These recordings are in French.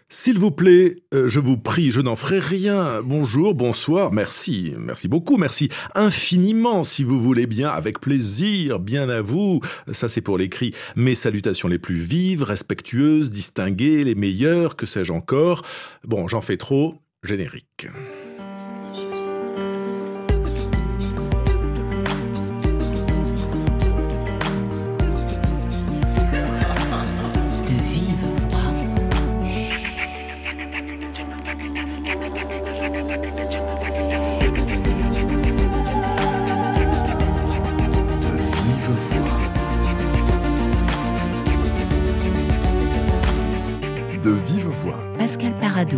S'il vous plaît, je vous prie, je n'en ferai rien. Bonjour, bonsoir, merci, merci beaucoup, merci infiniment, si vous voulez bien, avec plaisir, bien à vous. Ça, c'est pour l'écrit. Mes salutations les plus vives, respectueuses, distinguées, les meilleures, que sais-je encore. Bon, j'en fais trop, générique. De vive voix. Pascal Paradou.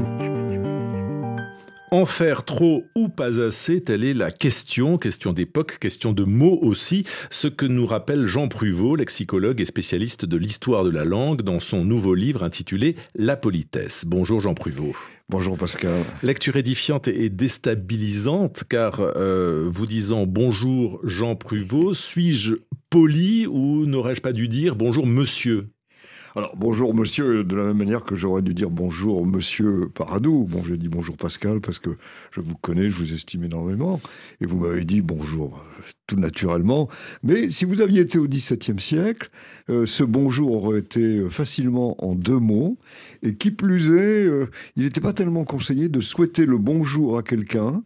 En faire trop ou pas assez, telle est la question d'époque, question de mots aussi, ce que nous rappelle Jean Pruvot, lexicologue et spécialiste de l'histoire de la langue, dans son nouveau livre intitulé « La politesse ». Bonjour Jean Pruvot. Bonjour Pascal. Lecture édifiante et déstabilisante, car vous disant « Bonjour Jean Pruvot », suis-je poli ou n'aurais-je pas dû dire « Bonjour monsieur » ? Alors, bonjour monsieur, de la même manière que j'aurais dû dire bonjour monsieur Paradou. Bon, j'ai dit bonjour Pascal parce que je vous connais, je vous estime énormément. Et vous m'avez dit bonjour tout naturellement. Mais si vous aviez été au XVIIe siècle, ce bonjour aurait été facilement en deux mots. Et qui plus est, il n'était pas tellement conseillé de souhaiter le bonjour à quelqu'un,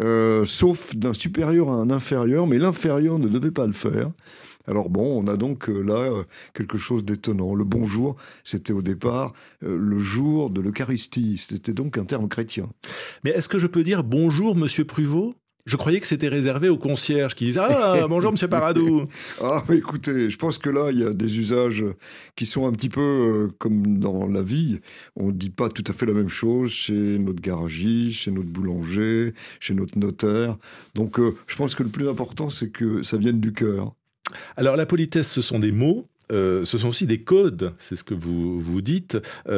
sauf d'un supérieur à un inférieur, mais l'inférieur ne devait pas le faire. Alors bon, on a donc là quelque chose d'étonnant. Le bonjour, c'était au départ le jour de l'Eucharistie. C'était donc un terme chrétien. Mais est-ce que je peux dire bonjour monsieur Pruvot ? Je croyais que c'était réservé aux concierges qui disaient « Ah, bonjour monsieur Paradou ». Ah, mais écoutez, je pense que là, il y a des usages qui sont un petit peu comme dans la vie. On ne dit pas tout à fait la même chose chez notre garagiste, chez notre boulanger, chez notre notaire. Donc, je pense que le plus important, c'est que ça vienne du cœur. Alors la politesse, ce sont des mots, ce sont aussi des codes, c'est ce que vous dites,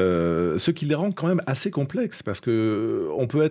ce qui les rend quand même assez complexes, parce que on peut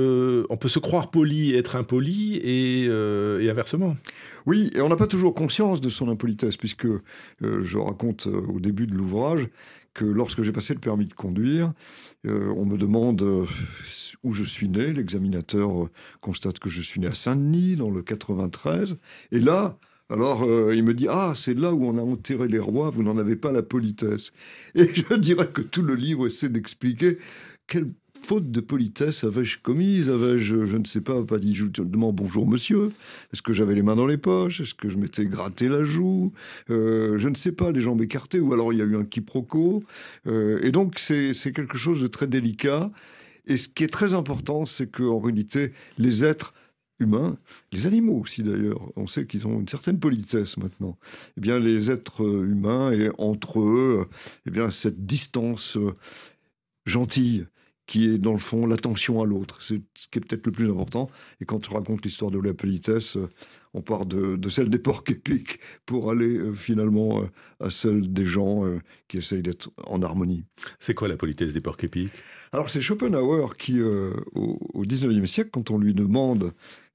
se croire poli et être impoli, et inversement. Oui, et on n'a pas toujours conscience de son impolitesse, puisque je raconte au début de l'ouvrage que lorsque j'ai passé le permis de conduire, on me demande où je suis né. L'examinateur constate que je suis né à Saint-Denis, dans le 93, et là... Alors, il me dit « Ah, c'est là où on a enterré les rois, vous n'en avez pas la politesse. » Et je dirais que tout le livre essaie d'expliquer quelle faute de politesse avais-je commise. Avais-je, je ne sais pas dit justement « Bonjour monsieur ». Est-ce que j'avais les mains dans les poches? Est-ce que je m'étais gratté la joue? Je ne sais pas, les jambes écartées, ou alors il y a eu un quiproquo. Et donc, c'est quelque chose de très délicat. Et ce qui est très important, c'est qu'en réalité, les êtres humains, les animaux aussi d'ailleurs, on sait qu'ils ont une certaine politesse maintenant. Eh bien, les êtres humains et entre eux, eh bien, cette distance gentille qui est dans le fond l'attention à l'autre, c'est ce qui est peut-être le plus important. Et quand on raconte l'histoire de la politesse, on part de celle des porcs épics pour aller finalement à celle des gens qui essayent d'être en harmonie. C'est quoi la politesse des porcs épics ? Alors c'est Schopenhauer qui, au XIXe siècle, quand on lui demande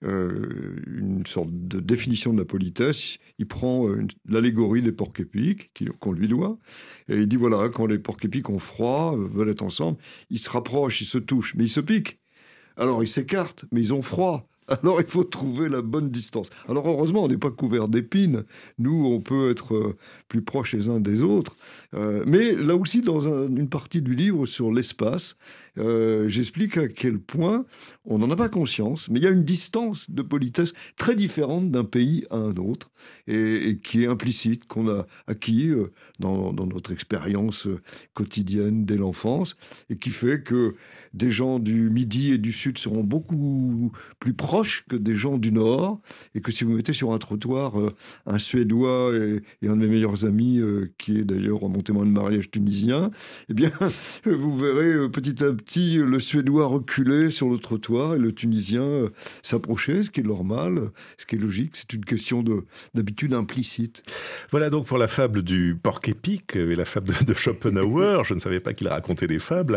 une sorte de définition de la politesse, il prend l'allégorie des porcs épics qu'on lui doit, et il dit voilà, quand les porcs épics ont froid, veulent être ensemble, ils se rapprochent, ils se touchent, mais ils se piquent. Alors ils s'écartent, mais ils ont froid. Alors il faut trouver la bonne distance. Alors heureusement, on n'est pas couvert d'épines. Nous, on peut être plus proches les uns des autres. Mais là aussi, dans une partie du livre sur l'espace, j'explique à quel point on n'en a pas conscience, mais il y a une distance de politesse très différente d'un pays à un autre, et qui est implicite, qu'on a acquis dans notre expérience quotidienne dès l'enfance, et qui fait que des gens du Midi et du Sud seront beaucoup plus proches que des gens du Nord, et que si vous mettez sur un trottoir un Suédois et un de mes meilleurs amis, qui est d'ailleurs mon témoin de mariage tunisien, eh bien, vous verrez petit à petit le Suédois reculer sur le trottoir et le Tunisien s'approcher, ce qui est normal, ce qui est logique. C'est une question d'habitude implicite. Voilà donc pour la fable du porc épic et la fable de Schopenhauer. Je ne savais pas qu'il racontait des fables.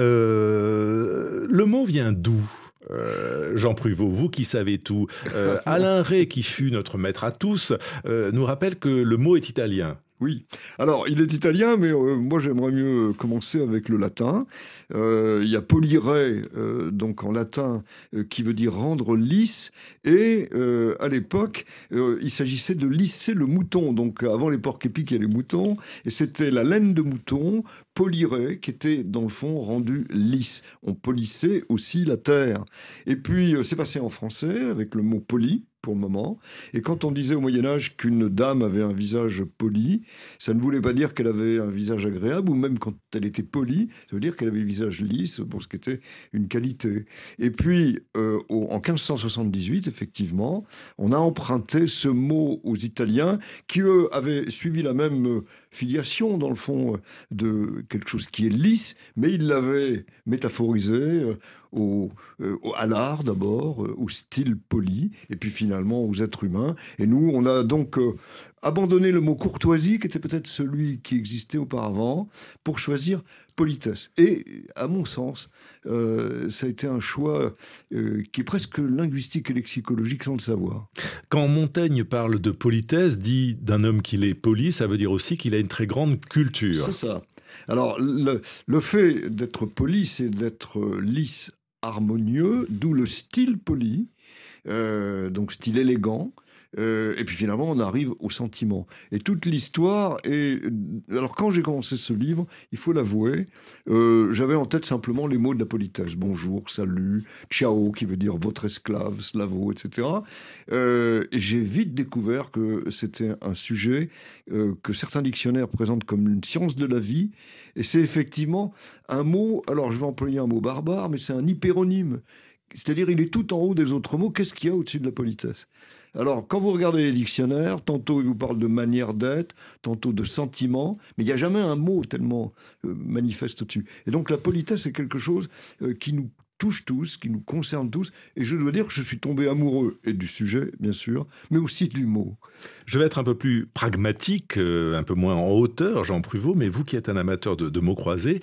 Le mot vient d'où ? Jean Pruvot, vous qui savez tout. Alain Rey, qui fut notre maître à tous, nous rappelle que le mot est italien. Oui. Alors, il est italien, mais moi, j'aimerais mieux commencer avec le latin. Il y a polire, donc en latin, qui veut dire rendre lisse. Et à l'époque, il s'agissait de lisser le mouton. Donc, avant les porcs-épics, il y a les moutons. Et c'était la laine de mouton, polire, qui était, dans le fond, rendue lisse. On polissait aussi la terre. Et puis, c'est passé en français, avec le mot poli, pour le moment. Et quand on disait au Moyen-Âge qu'une dame avait un visage poli, ça ne voulait pas dire qu'elle avait un visage agréable, ou même quand elle était polie, ça veut dire qu'elle avait un visage lisse, pour ce qui était une qualité. Et puis, en 1578, effectivement, on a emprunté ce mot aux Italiens, qui, eux, avaient suivi la même filiation, dans le fond, de quelque chose qui est lisse, mais ils l'avaient métaphorisé à l'art d'abord, au style poli, et puis finalement aux êtres humains. Et nous, on a donc abandonné le mot courtoisie, qui était peut-être celui qui existait auparavant, pour choisir politesse. Et à mon sens, ça a été un choix qui est presque linguistique et lexicologique sans le savoir. Quand Montaigne parle de politesse, dit d'un homme qu'il est poli, ça veut dire aussi qu'il a une très grande culture. C'est ça. Alors, le fait d'être poli, c'est d'être lisse, harmonieux, d'où le style poli, donc style élégant. Et puis finalement, on arrive au sentiment. Et toute l'histoire est... Alors quand j'ai commencé ce livre, il faut l'avouer, j'avais en tête simplement les mots de la politesse. Bonjour, salut, ciao, qui veut dire votre esclave, slavo, etc. Et j'ai vite découvert que c'était un sujet que certains dictionnaires présentent comme une science de la vie. Et c'est effectivement un mot, alors je vais employer un mot barbare, mais c'est un hyperonyme. C'est-à-dire, il est tout en haut des autres mots. Qu'est-ce qu'il y a au-dessus de la politesse ? Alors, quand vous regardez les dictionnaires, tantôt ils vous parlent de manière d'être, tantôt de sentiment, mais il n'y a jamais un mot tellement manifeste au-dessus. Et donc, la politesse est quelque chose qui nous touche tous, qui nous concerne tous. Et je dois dire que je suis tombé amoureux, et du sujet, bien sûr, mais aussi du mot. Je vais être un peu plus pragmatique, un peu moins en hauteur, Jean Pruvot, mais vous qui êtes un amateur de mots croisés,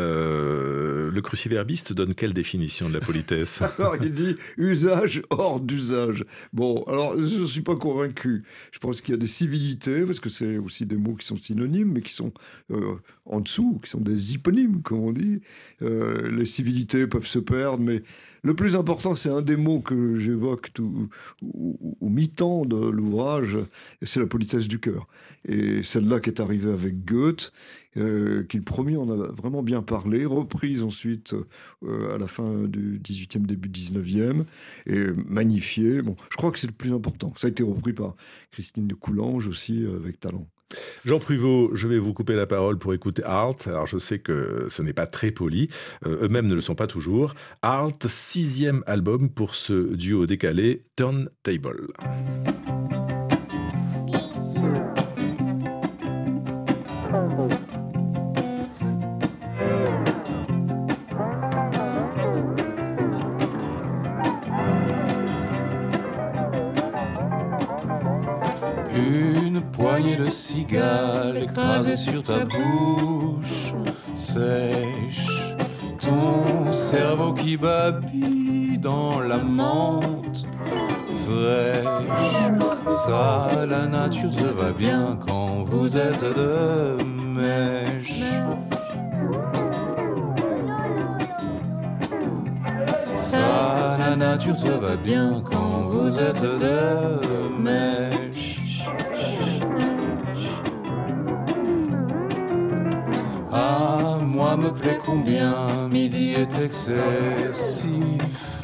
le cruciverbiste donne quelle définition de la politesse ? Alors, il dit usage hors d'usage. Bon, alors, je ne suis pas convaincu. Je pense qu'il y a des civilités, parce que c'est aussi des mots qui sont synonymes, mais qui sont en dessous, qui sont des hyponymes, comme on dit. Les civilités peuvent se perdre, mais le plus important, c'est un des mots que j'évoque au mi-temps de l'ouvrage, c'est la politesse du cœur. Et celle-là qui est arrivée avec Goethe, qui le premier en a vraiment bien parlé, reprise ensuite à la fin du 18e, début 19e, et magnifiée. Bon, je crois que c'est le plus important. Ça a été repris par Christine de Coulanges aussi, avec talent. Jean Pruvot, je vais vous couper la parole pour écouter Art. Alors je sais que ce n'est pas très poli, eux-mêmes ne le sont pas toujours. Art, 6e album pour ce duo décalé, Turntable. Poignée de cigales écrasée sur ta bouche sèche, ton cerveau qui babille dans la menthe fraîche. Ça, la nature te va bien quand vous êtes de mèche. Ça, la nature te va bien quand vous êtes de mèche. Me plaît combien midi est excessif,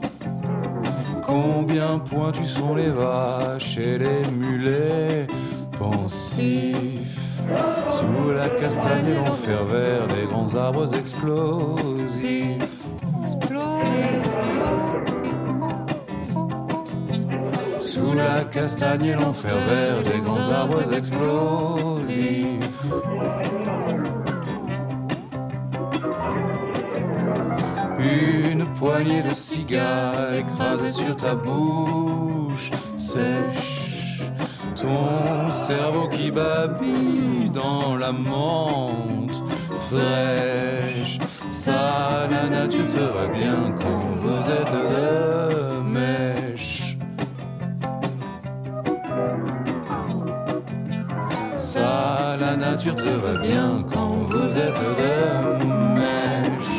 combien pointus sont les vaches et les mulets pensifs, sous la castagne et l'enfer vert des grands arbres explosifs. Sous la castagne et l'enfer vert des grands arbres explosifs. Une poignée de cigales écrasée sur ta bouche sèche, ton cerveau qui babille dans la menthe fraîche. Ça, la nature te va bien quand vous êtes de mèche. Ça, nature te va bien quand vous êtes de mèche.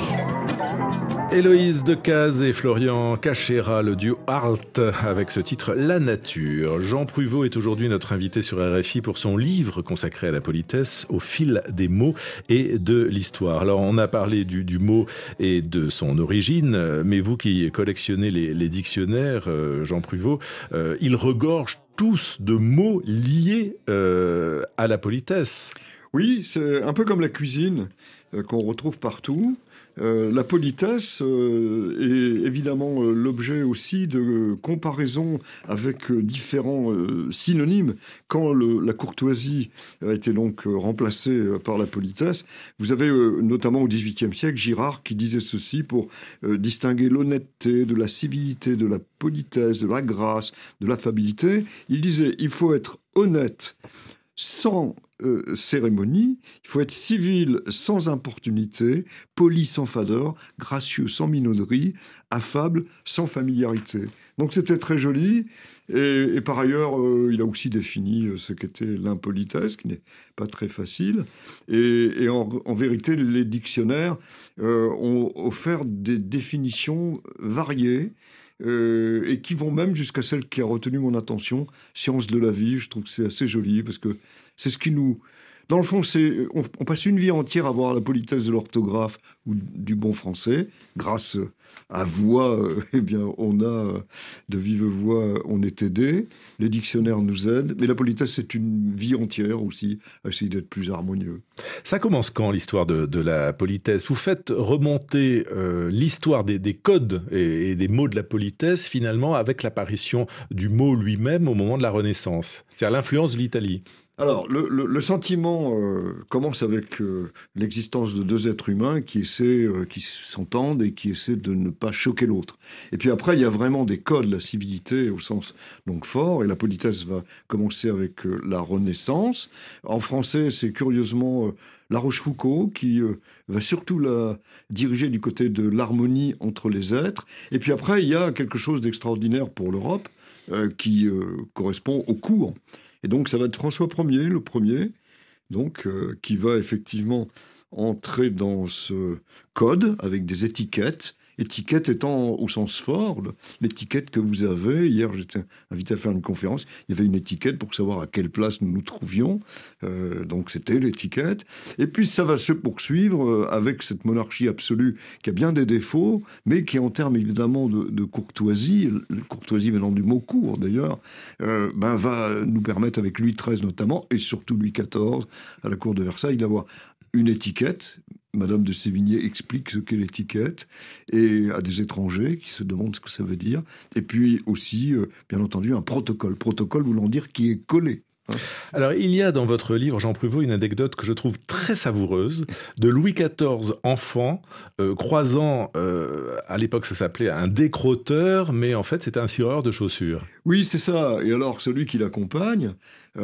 Héloïse Decazes et Florian Cachera, le duo Art, avec ce titre La Nature. Jean Pruvot est aujourd'hui notre invité sur RFI pour son livre consacré à la politesse, au fil des mots et de l'histoire. Alors on a parlé du mot et de son origine, mais vous qui collectionnez les dictionnaires, Jean Pruvot, ils regorgent tous de mots liés à la politesse. Oui, c'est un peu comme la cuisine qu'on retrouve partout. La politesse est évidemment l'objet aussi de comparaisons avec différents synonymes. Quand la courtoisie a été donc remplacée par la politesse, vous avez notamment au XVIIIe siècle Girard qui disait ceci pour distinguer l'honnêteté de la civilité, de la politesse, de la grâce, de l'affabilité. Il disait il faut être honnête sans cérémonie, il faut être civil sans importunité, poli sans fadeur, gracieux sans minauderie, affable sans familiarité. Donc c'était très joli, et par ailleurs, il a aussi défini ce qu'était l'impolitesse, qui n'est pas très facile, et en vérité, les dictionnaires ont offert des définitions variées, et qui vont même jusqu'à celle qui a retenu mon attention, science de la vie. Je trouve que c'est assez joli, parce que c'est ce qui nous... Dans le fond, on passe une vie entière à voir la politesse de l'orthographe ou du bon français. Grâce à voix, eh bien, on a de vive voix, on est aidé. Les dictionnaires nous aident. Mais la politesse, c'est une vie entière aussi, à essayer d'être plus harmonieux. Ça commence quand, l'histoire de la politesse? Vous faites remonter l'histoire des codes et des mots de la politesse, finalement, avec l'apparition du mot lui-même au moment de la Renaissance. C'est-à-dire l'influence de l'Italie. Alors, le sentiment commence avec l'existence de deux êtres humains qui s'entendent et qui essaient de ne pas choquer l'autre. Et puis après, il y a vraiment des codes, la civilité au sens donc fort, et la politesse va commencer avec la Renaissance. En français, c'est curieusement La Rochefoucauld qui va surtout la diriger du côté de l'harmonie entre les êtres. Et puis après, il y a quelque chose d'extraordinaire pour l'Europe qui correspond au cours. Et donc, ça va être François Ier, le premier, donc, qui va effectivement entrer dans ce code avec des étiquettes. Étiquette étant au sens fort, l'étiquette que vous avez. Hier, j'étais invité à faire une conférence. Il y avait une étiquette pour savoir à quelle place nous nous trouvions. Donc, c'était l'étiquette. Et puis, ça va se poursuivre avec cette monarchie absolue qui a bien des défauts, mais qui, en termes évidemment de courtoisie, courtoisie venant du mot court d'ailleurs, va nous permettre avec Louis XIII notamment, et surtout Louis XIV, à la cour de Versailles, d'avoir une étiquette. Madame de Sévigné explique ce qu'est l'étiquette et à des étrangers qui se demandent ce que ça veut dire. Et puis aussi, bien entendu, un protocole. Protocole voulant dire qui est collé. Alors, il y a dans votre livre, Jean Pruvot, une anecdote que je trouve très savoureuse de Louis XIV, enfant, croisant, à l'époque ça s'appelait un décrotteur, mais en fait c'était un cireur de chaussures. Oui, c'est ça. Et alors, celui qui l'accompagne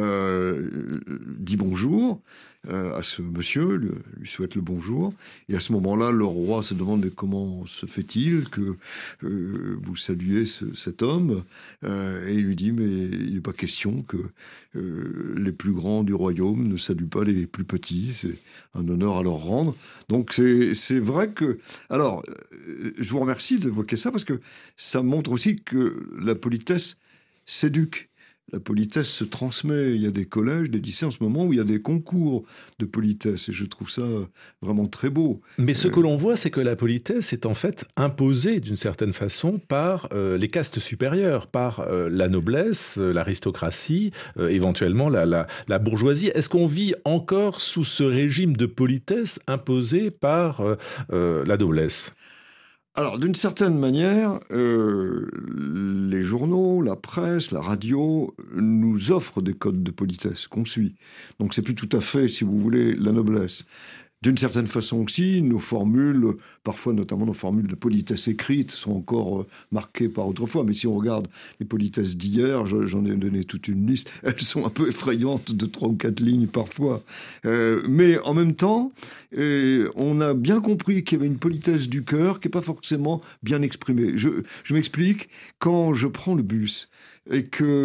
dit bonjour à ce monsieur, lui souhaite le bonjour. Et à ce moment-là, le roi se demande mais comment se fait-il que vous saluez cet homme et il lui dit mais il n'est pas question que les plus grands du royaume ne saluent pas les plus petits. C'est un honneur à leur rendre. Donc c'est vrai que... Alors, je vous remercie d'évoquer ça parce que ça montre aussi que la politesse s'éduque. La politesse se transmet. Il y a des collèges, des lycées en ce moment où il y a des concours de politesse et je trouve ça vraiment très beau. Mais ce que l'on voit, c'est que la politesse est en fait imposée d'une certaine façon par les castes supérieures, par la noblesse, l'aristocratie, éventuellement la bourgeoisie. Est-ce qu'on vit encore sous ce régime de politesse imposé par la noblesse ? Alors, d'une certaine manière, les journaux, la presse, la radio nous offrent des codes de politesse qu'on suit. Donc, c'est plus tout à fait, si vous voulez, la noblesse. D'une certaine façon aussi, nos formules, parfois notamment nos formules de politesse écrites, sont encore marquées par autrefois. Mais si on regarde les politesses d'hier, j'en ai donné toute une liste, elles sont un peu effrayantes de 3 ou 4 lignes parfois. Mais en même temps, on a bien compris qu'il y avait une politesse du cœur qui n'est pas forcément bien exprimée. Je m'explique, quand je prends le bus, et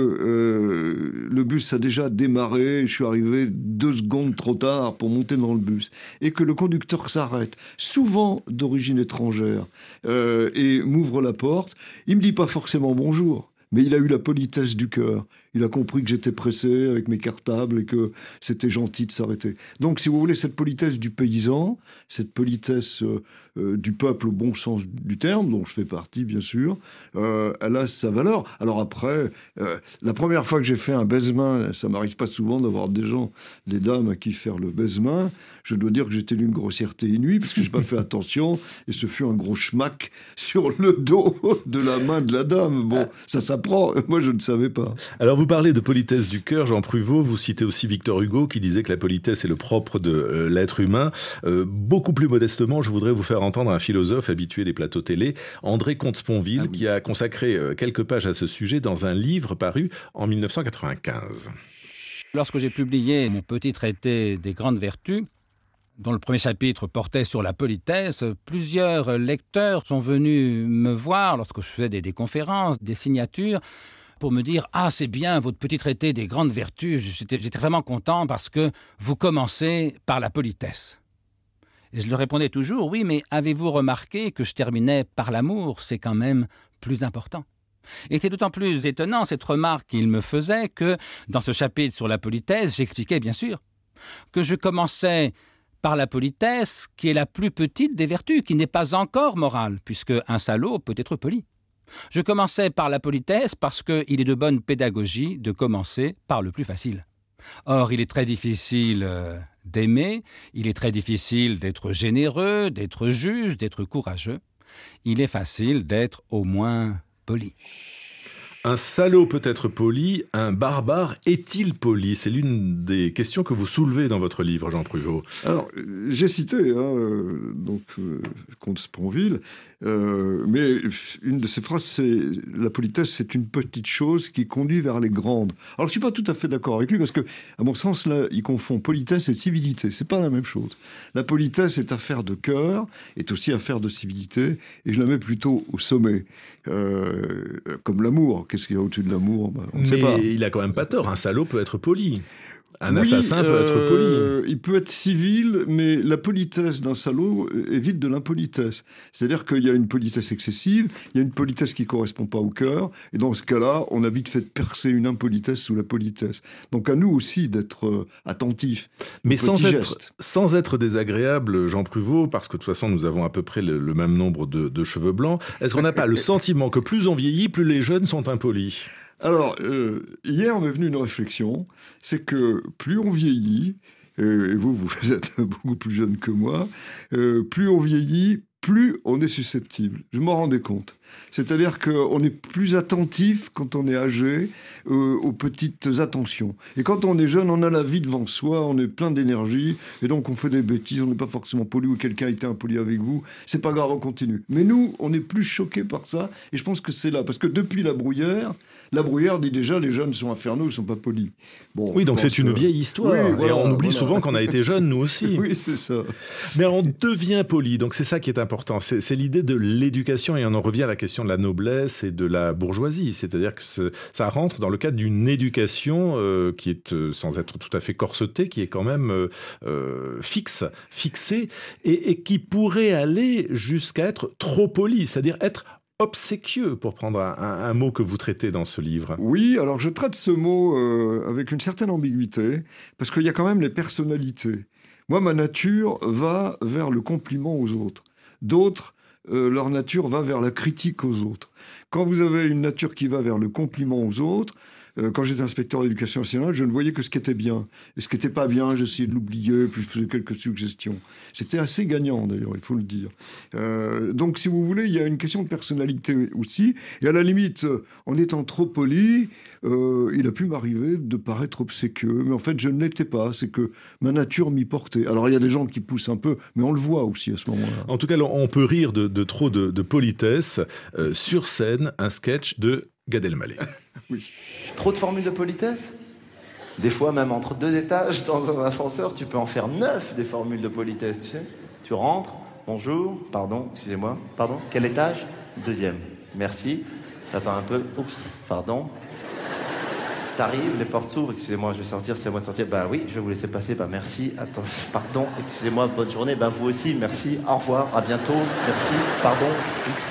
que le bus a déjà démarré, je suis arrivé 2 secondes trop tard pour monter dans le bus, et que le conducteur s'arrête, souvent d'origine étrangère, et m'ouvre la porte, il me dit pas forcément bonjour, mais il a eu la politesse du cœur. Il a compris que j'étais pressé avec mes cartables et que c'était gentil de s'arrêter. Donc, si vous voulez, cette politesse du paysan, cette politesse du peuple au bon sens du terme, dont je fais partie, bien sûr, elle a sa valeur. Alors après, la première fois que j'ai fait un baise-main, ça m'arrive pas souvent d'avoir des dames à qui faire le baise-main, je dois dire que j'étais d'une grossièreté inouïe, parce que j'ai pas fait attention, et ce fut un gros schmack sur le dos de la main de la dame. Bon, ça s'apprend, moi je ne savais pas. Alors vous parlez de politesse du cœur, Jean Pruvot, vous citez aussi Victor Hugo qui disait que la politesse est le propre de l'être humain. Beaucoup plus modestement, je voudrais vous faire entendre un philosophe habitué des plateaux télé, André Comte-Sponville, qui a consacré quelques pages à ce sujet dans un livre paru en 1995. Lorsque j'ai publié mon petit traité des grandes vertus, dont le premier chapitre portait sur la politesse, plusieurs lecteurs sont venus me voir lorsque je faisais des conférences, des signatures, pour me dire « Ah, c'est bien, votre petit traité des grandes vertus, j'étais vraiment content parce que vous commencez par la politesse. » Et je leur répondais toujours « Oui, mais avez-vous remarqué que je terminais par l'amour? C'est quand même plus important. » Et c'était d'autant plus étonnant cette remarque qu'il me faisait que, dans ce chapitre sur la politesse, j'expliquais bien sûr que je commençais par la politesse, qui est la plus petite des vertus, qui n'est pas encore morale, puisque un salaud peut être poli. Je commençais par la politesse parce qu'il est de bonne pédagogie de commencer par le plus facile. Or, il est très difficile d'aimer, il est très difficile d'être généreux, d'être juste, d'être courageux. Il est facile d'être au moins poli. Un salaud peut être poli, un barbare est-il poli? C'est l'une des questions que vous soulevez dans votre livre, Jean Pruvot. Alors, j'ai cité Comte-Sponville, mais une de ses phrases, c'est « La politesse, c'est une petite chose qui conduit vers les grandes ». Alors, je ne suis pas tout à fait d'accord avec lui, parce que, à mon sens, là, il confond politesse et civilité. Ce n'est pas la même chose. La politesse est affaire de cœur, est aussi affaire de civilité, et je la mets plutôt au sommet. Comme l'amour. Qu'est-ce qu'il y a au-dessus de l'amour? On ne sait pas. Mais il a quand même pas tort. Un salaud peut être poli. Un assassin peut être poli. Il peut être civil, mais la politesse d'un salaud évite de l'impolitesse. C'est-à-dire qu'il y a une politesse excessive, il y a une politesse qui ne correspond pas au cœur, et dans ce cas-là, on a vite fait percer une impolitesse sous la politesse. Donc à nous aussi d'être attentifs. Mais sans être désagréable, Jean Pruvot, parce que de toute façon, nous avons à peu près le même nombre de cheveux blancs, est-ce qu'on n'a pas le sentiment que plus on vieillit, plus les jeunes sont impolis ? Alors, hier m'est venue une réflexion, c'est que plus on vieillit, et vous êtes beaucoup plus jeune que moi, plus on vieillit, plus on est susceptible. Je m'en rendais compte. C'est-à-dire qu'on est plus attentif quand on est âgé aux petites attentions. Et quand on est jeune, on a la vie devant soi, on est plein d'énergie, et donc on fait des bêtises, on n'est pas forcément poli, ou quelqu'un a été impoli avec vous, c'est pas grave, on continue. Mais nous, on est plus choqués par ça, et je pense que c'est là, parce que depuis la bruyère dit déjà les jeunes sont infernaux, ils sont pas polis. Bon, oui, donc c'est une vieille histoire. Oui, voilà, et on oublie souvent qu'on a été jeunes, nous aussi. Oui, c'est ça. Mais on devient poli, donc c'est ça qui est important. C'est l'idée de l'éducation, et on en revient à la question de la noblesse et de la bourgeoisie. C'est-à-dire que ça rentre dans le cadre d'une éducation qui est, sans être tout à fait corsetée, qui est quand même fixée, et qui pourrait aller jusqu'à être trop poli, c'est-à-dire être obséquieux, pour prendre un mot que vous traitez dans ce livre. Oui, alors je traite ce mot avec une certaine ambiguïté, parce qu'il y a quand même les personnalités. Moi, ma nature va vers le compliment aux autres. D'autres, leur nature va vers la critique aux autres. Quand vous avez une nature qui va vers le compliment aux autres, quand j'étais inspecteur d'éducation nationale, je ne voyais que ce qui était bien. Et ce qui n'était pas bien, j'essayais de l'oublier, puis je faisais quelques suggestions. C'était assez gagnant, d'ailleurs, il faut le dire. Donc, si vous voulez, il y a une question de personnalité aussi. Et à la limite, en étant trop poli, il a pu m'arriver de paraître obséquieux. Mais en fait, je ne l'étais pas. C'est que ma nature m'y portait. Alors, il y a des gens qui poussent un peu, mais on le voit aussi à ce moment-là. En tout cas, on peut rire de trop de politesse. Sur scène, un sketch de Gad Elmaleh. Oui. Trop de formules de politesse? Des fois, même entre 2 étages dans un ascenseur, tu peux en faire 9 des formules de politesse, tu sais. Tu rentres, bonjour, pardon, excusez-moi, pardon, quel étage? 2e, merci. T'attends un peu, oups, pardon. T'arrives, les portes s'ouvrent, excusez-moi, je vais sortir, c'est à moi de sortir. Bah oui, je vais vous laisser passer, bah merci, attention, pardon, excusez-moi, bonne journée, bah vous aussi, merci, au revoir, à bientôt, merci, pardon, oups.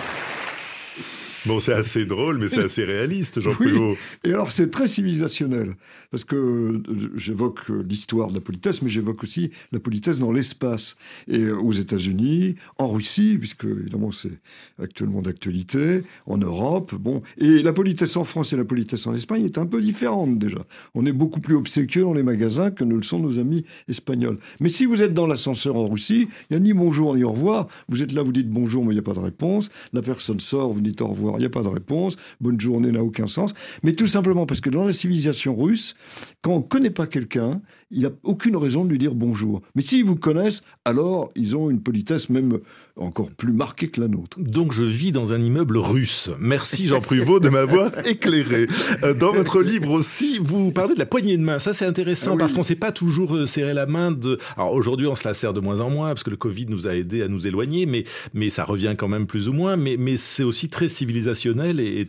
Bon, c'est assez drôle, mais c'est assez réaliste, Jean Oui. Prouvost. Et alors, c'est très civilisationnel, parce que j'évoque l'histoire de la politesse, mais j'évoque aussi la politesse dans l'espace. Et aux États-Unis, en Russie, puisque évidemment c'est actuellement d'actualité, en Europe, bon. Et la politesse en France et la politesse en Espagne est un peu différente déjà. On est beaucoup plus obséquieux dans les magasins que ne le sont nos amis espagnols. Mais si vous êtes dans l'ascenseur en Russie, il n'y a ni bonjour ni au revoir. Vous êtes là, vous dites bonjour, mais il n'y a pas de réponse. La personne sort, vous dites au revoir. Il n'y a pas de réponse, bonne journée n'a aucun sens, mais tout simplement parce que dans la civilisation russe, quand on ne connaît pas quelqu'un, il n'a aucune raison de lui dire bonjour. Mais s'ils vous connaissent, alors ils ont une politesse même encore plus marquée que la nôtre. Donc je vis dans un immeuble russe. Merci Jean Prouvost de m'avoir éclairé. Dans votre livre aussi, vous parlez de la poignée de main. Ça c'est intéressant parce qu'on ne sait pas toujours serrer la main de... Alors aujourd'hui on se la serre de moins en moins parce que le Covid nous a aidés à nous éloigner, mais ça revient quand même plus ou moins. Mais c'est aussi très civilisationnel et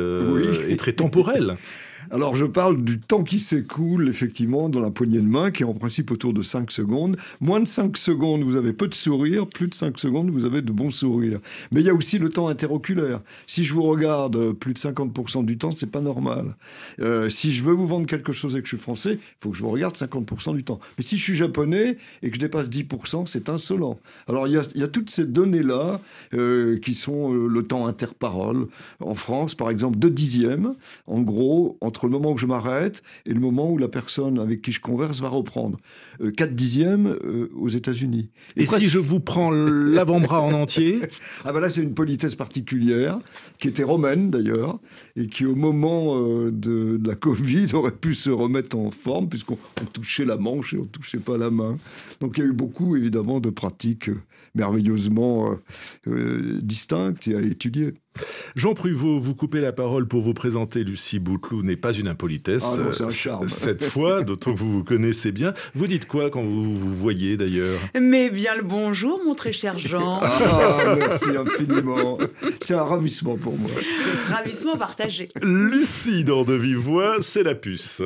très temporel. Alors, je parle du temps qui s'écoule, effectivement, dans la poignée de main, qui est en principe autour de 5 secondes. Moins de 5 secondes, vous avez peu de sourires. Plus de 5 secondes, vous avez de bons sourires. Mais il y a aussi le temps interoculaire. Si je vous regarde plus de 50% du temps, c'est pas normal. Si je veux vous vendre quelque chose et que je suis français, il faut que je vous regarde 50% du temps. Mais si je suis japonais et que je dépasse 10%, c'est insolent. Alors, il y a toutes ces données-là qui sont le temps interparole. En France, par exemple, 2 dixièmes, en gros, entre le moment où je m'arrête et le moment où la personne avec qui je converse va reprendre. 4 dixièmes aux États-Unis. Et si je vous prends l'avant-bras en entier? Ah ben là, c'est une politesse particulière, qui était romaine d'ailleurs, et qui au moment de la Covid aurait pu se remettre en forme, puisqu'on touchait la manche et on ne touchait pas la main. Donc il y a eu beaucoup, évidemment, de pratiques merveilleusement distinctes et à étudier. Jean Prouvost, vous coupez la parole pour vous présenter. Lucie Bouteloup n'est pas une impolitesse. Ah non, c'est un charme. Cette fois, d'autant que vous vous connaissez bien. Vous dites quoi quand vous vous voyez d'ailleurs? Mais bien le bonjour, mon très cher Jean. Ah, merci infiniment. C'est un ravissement pour moi. Ravissement partagé. Lucie, dans De Vive Voix, c'est la puce.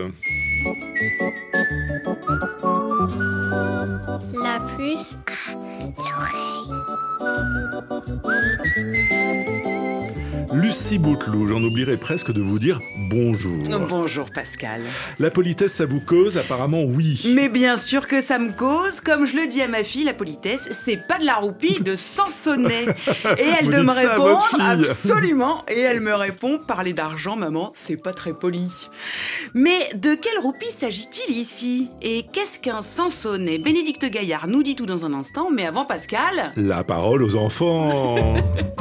La puce à l'oreille. Lucie Bouteloup, j'en oublierais presque de vous dire bonjour. Bonjour Pascal. La politesse, ça vous cause? Apparemment, oui. Mais bien sûr que ça me cause. Comme je le dis à ma fille, la politesse, c'est pas de la roupie de Sansonnet. Et elle Vous de me dites ça à votre répondre, fille. absolument. Et elle me répond, parler d'argent, maman, c'est pas très poli. Mais de quelle roupie s'agit-il ici? Et qu'est-ce qu'un Sansonnet? Bénédicte Gaillard nous dit tout dans un instant, mais avant Pascal... La parole aux enfants.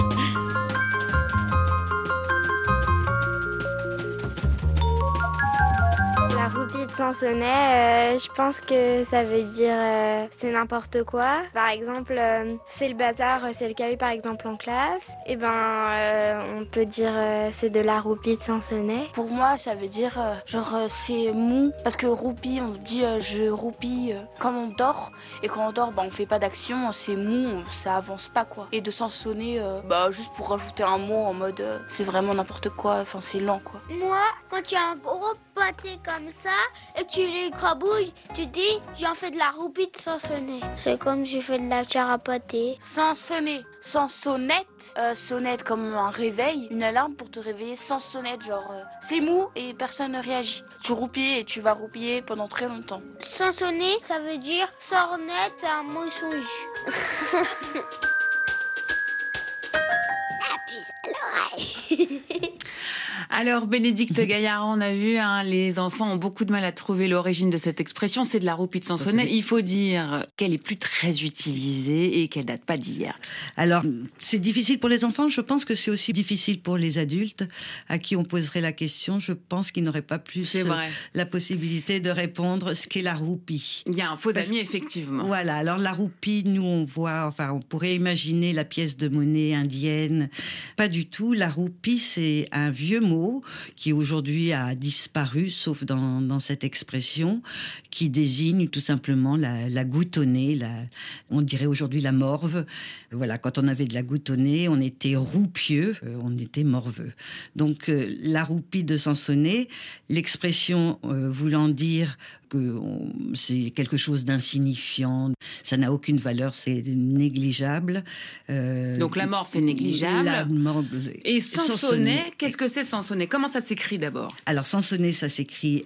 La roupie de Sansonnet, je pense que ça veut dire c'est n'importe quoi. Par exemple, c'est le bazar, c'est le cahier par exemple en classe. Et on peut dire c'est de la roupie de Sansonnet. Pour moi, ça veut dire c'est mou. Parce que roupie, on dit je roupie quand on dort. Et quand on dort, on fait pas d'action, c'est mou, ça avance pas quoi. Et de Sansonnet, juste pour rajouter un mot en mode c'est vraiment n'importe quoi, enfin c'est lent quoi. Moi, quand tu as un gros pâté comme ça et que tu l'écrabouilles, tu dis j'en fais de la roupie de Sansonnet. C'est comme j'ai fait de la chair à pâté. Sansonnet, sans sonnette, sonnette comme un réveil, une alarme pour te réveiller sans sonnette, genre c'est mou et personne ne réagit. Tu roupilles et tu vas roupiller pendant très longtemps. Sansonnet, ça veut dire sornette, c'est un mensonge. La puce à l'oreille. Alors, Bénédicte Gaillard, on a vu, les enfants ont beaucoup de mal à trouver l'origine de cette expression. C'est de la roupie de Sansonnet. Il faut dire qu'elle est plus très utilisée et qu'elle date pas d'hier. Alors, c'est difficile pour les enfants. Je pense que c'est aussi difficile pour les adultes à qui on poserait la question. Je pense qu'ils n'auraient pas plus la possibilité de répondre ce qu'est la roupie. Il y a un faux ami, effectivement. Voilà. Alors, la roupie, nous, on pourrait imaginer la pièce de monnaie indienne. Pas du tout. La roupie, c'est un vieux mot qui aujourd'hui a disparu, sauf dans cette expression, qui désigne tout simplement la goutte au nez, on dirait aujourd'hui la morve. Voilà, quand on avait de la goutte au nez, on était roupieux, on était morveux. Donc la roupie de Sansonnet, l'expression voulant dire que c'est quelque chose d'insignifiant, ça n'a aucune valeur, c'est négligeable. Donc la morve, c'est négligeable. Et Sansonnet, qu'est-ce que c'est Sansonnet? Comment ça s'écrit d'abord? Alors Sansonnet, ça s'écrit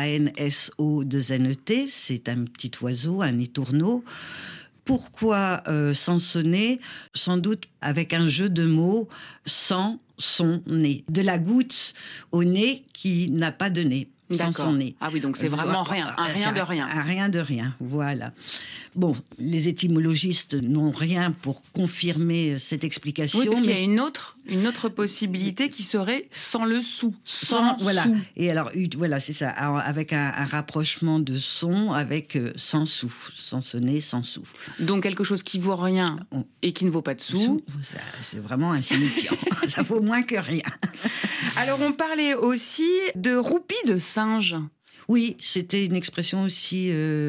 S-A-N-S-O-2-N-E-T, c'est un petit oiseau, un étourneau. Pourquoi Sansonnet? Sans doute avec un jeu de mots, sans son nez. De la goutte au nez qui n'a pas de nez. Sans son nez. Ah oui, donc c'est vraiment rien, un rien de rien. Un rien de rien, voilà. Bon, les étymologistes n'ont rien pour confirmer cette explication. Oui, parce qu'il y a une autre possibilité qui serait sans le sou. Sans voilà. sou. Et alors, voilà, c'est ça, avec un rapprochement de son avec sans sou, sans sonner, sans sou. Donc quelque chose qui vaut rien et qui ne vaut pas de sou. C'est vraiment insignifiant. Ça vaut moins que rien. Alors on parlait aussi de roupie de singe. Oui, c'était une expression aussi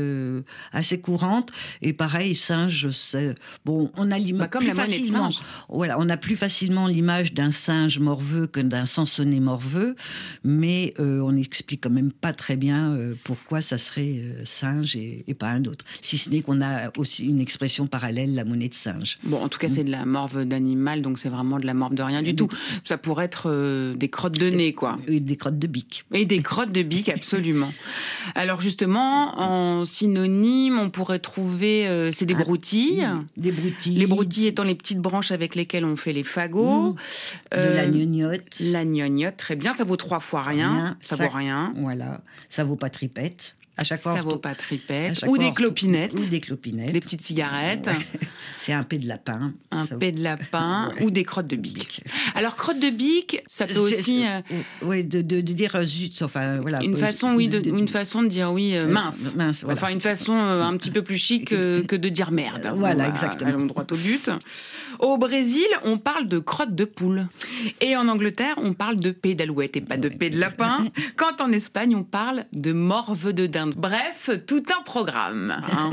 assez courante. Et pareil, singe, bon, on a l'image comme la monnaie de singe. Voilà, on a plus facilement l'image d'un singe morveux que d'un Sansonnet morveux, mais on n'explique quand même pas très bien pourquoi ça serait singe et pas un autre. Si ce n'est qu'on a aussi une expression parallèle, la monnaie de singe. Bon, en tout cas, c'est de la morve d'animal, donc c'est vraiment de la morve de rien du tout. Ça pourrait être des crottes de nez, quoi. Et des crottes de bique. Et des crottes de bique, absolument. Alors justement, en synonyme, on pourrait trouver, c'est des broutilles. Des broutilles. Les broutilles étant les petites branches avec lesquelles on fait les fagots. De la gnognotte. La gnognotte, très bien. Ça vaut 3 fois rien. Ça vaut rien. Voilà. Ça vaut pas tripette. À chaque fois, ça vaut pas tripette. Ou des clopinettes. Ou des clopinettes. Des petites cigarettes. Ouais. C'est un pet de lapin. Un pet de lapin ou des crottes de bique. Alors, crottes de bique, ça peut aussi... Oui, de dire zut, enfin, voilà. Une façon, une façon de dire mince. Mince, voilà. Enfin, une façon un petit peu plus chic que de dire merde. Voilà, exactement. Allons droit au but. Au Brésil, on parle de crottes de poule. Et en Angleterre, on parle de pet d'alouette et pas de pet de lapin. Quand en Espagne, on parle de morve de dinde. Bref, tout un programme. Hein.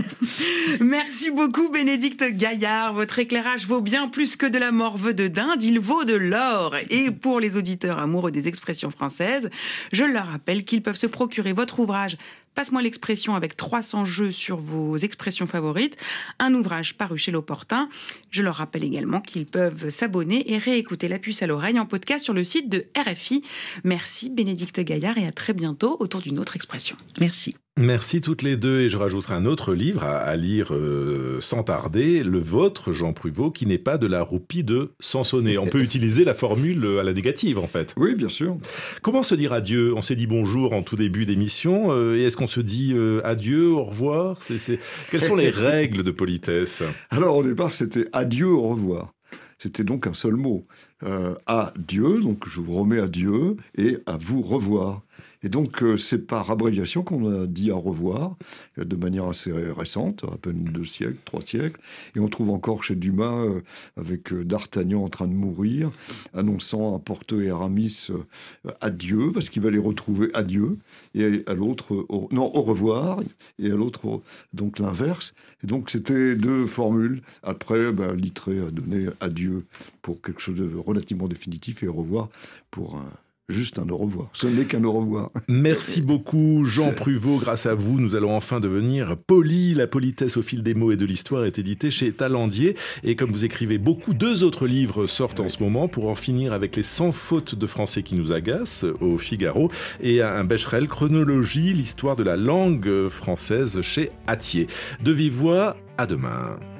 Merci beaucoup, Bénédicte Gaillard. Votre éclairage vaut bien plus que de la morve de dinde, il vaut de l'or. Et pour les auditeurs amoureux des expressions françaises, je leur rappelle qu'ils peuvent se procurer votre ouvrage Passe-moi l'expression avec 300 jeux sur vos expressions favorites, un ouvrage paru chez L'Opportun. Je leur rappelle également qu'ils peuvent s'abonner et réécouter La Puce à l'oreille en podcast sur le site de RFI. Merci Bénédicte Gaillard et à très bientôt autour d'une autre expression. Merci. Merci toutes les deux, et je rajouterai un autre livre à lire sans tarder, le vôtre, Jean Pruvot, qui n'est pas de la roupie de Sansonnet. On peut utiliser la formule à la négative, en fait. Oui, bien sûr. Comment se dire adieu? On s'est dit bonjour en tout début d'émission, et est-ce qu'on se dit adieu, au revoir? Quelles sont les règles de politesse? Alors, au départ, c'était adieu, au revoir. C'était donc un seul mot. Adieu, donc je vous remets adieu, et à vous revoir. Et donc, c'est par abréviation qu'on a dit au revoir, de manière assez récente, à peine 2 siècles, 3 siècles. Et on trouve encore chez Dumas, avec D'Artagnan en train de mourir, annonçant à Porthos et Aramis adieu, parce qu'il va les retrouver adieu, et à l'autre, au revoir, et à l'autre, donc l'inverse. Et donc, c'était 2 formules. Après, Littré a donné adieu pour quelque chose de relativement définitif, et au revoir pour juste un au revoir. Ce n'est qu'un au revoir. Merci beaucoup, Jean Pruvot. Grâce à vous, nous allons enfin devenir polis. La politesse au fil des mots et de l'histoire est édité chez Talandier. Et comme vous écrivez beaucoup, 2 autres livres sortent en ce moment pour en finir avec les 100 fautes de français qui nous agacent au Figaro. Et un Becherel, Chronologie, l'histoire de la langue française chez Hatier. De vive voix, à demain.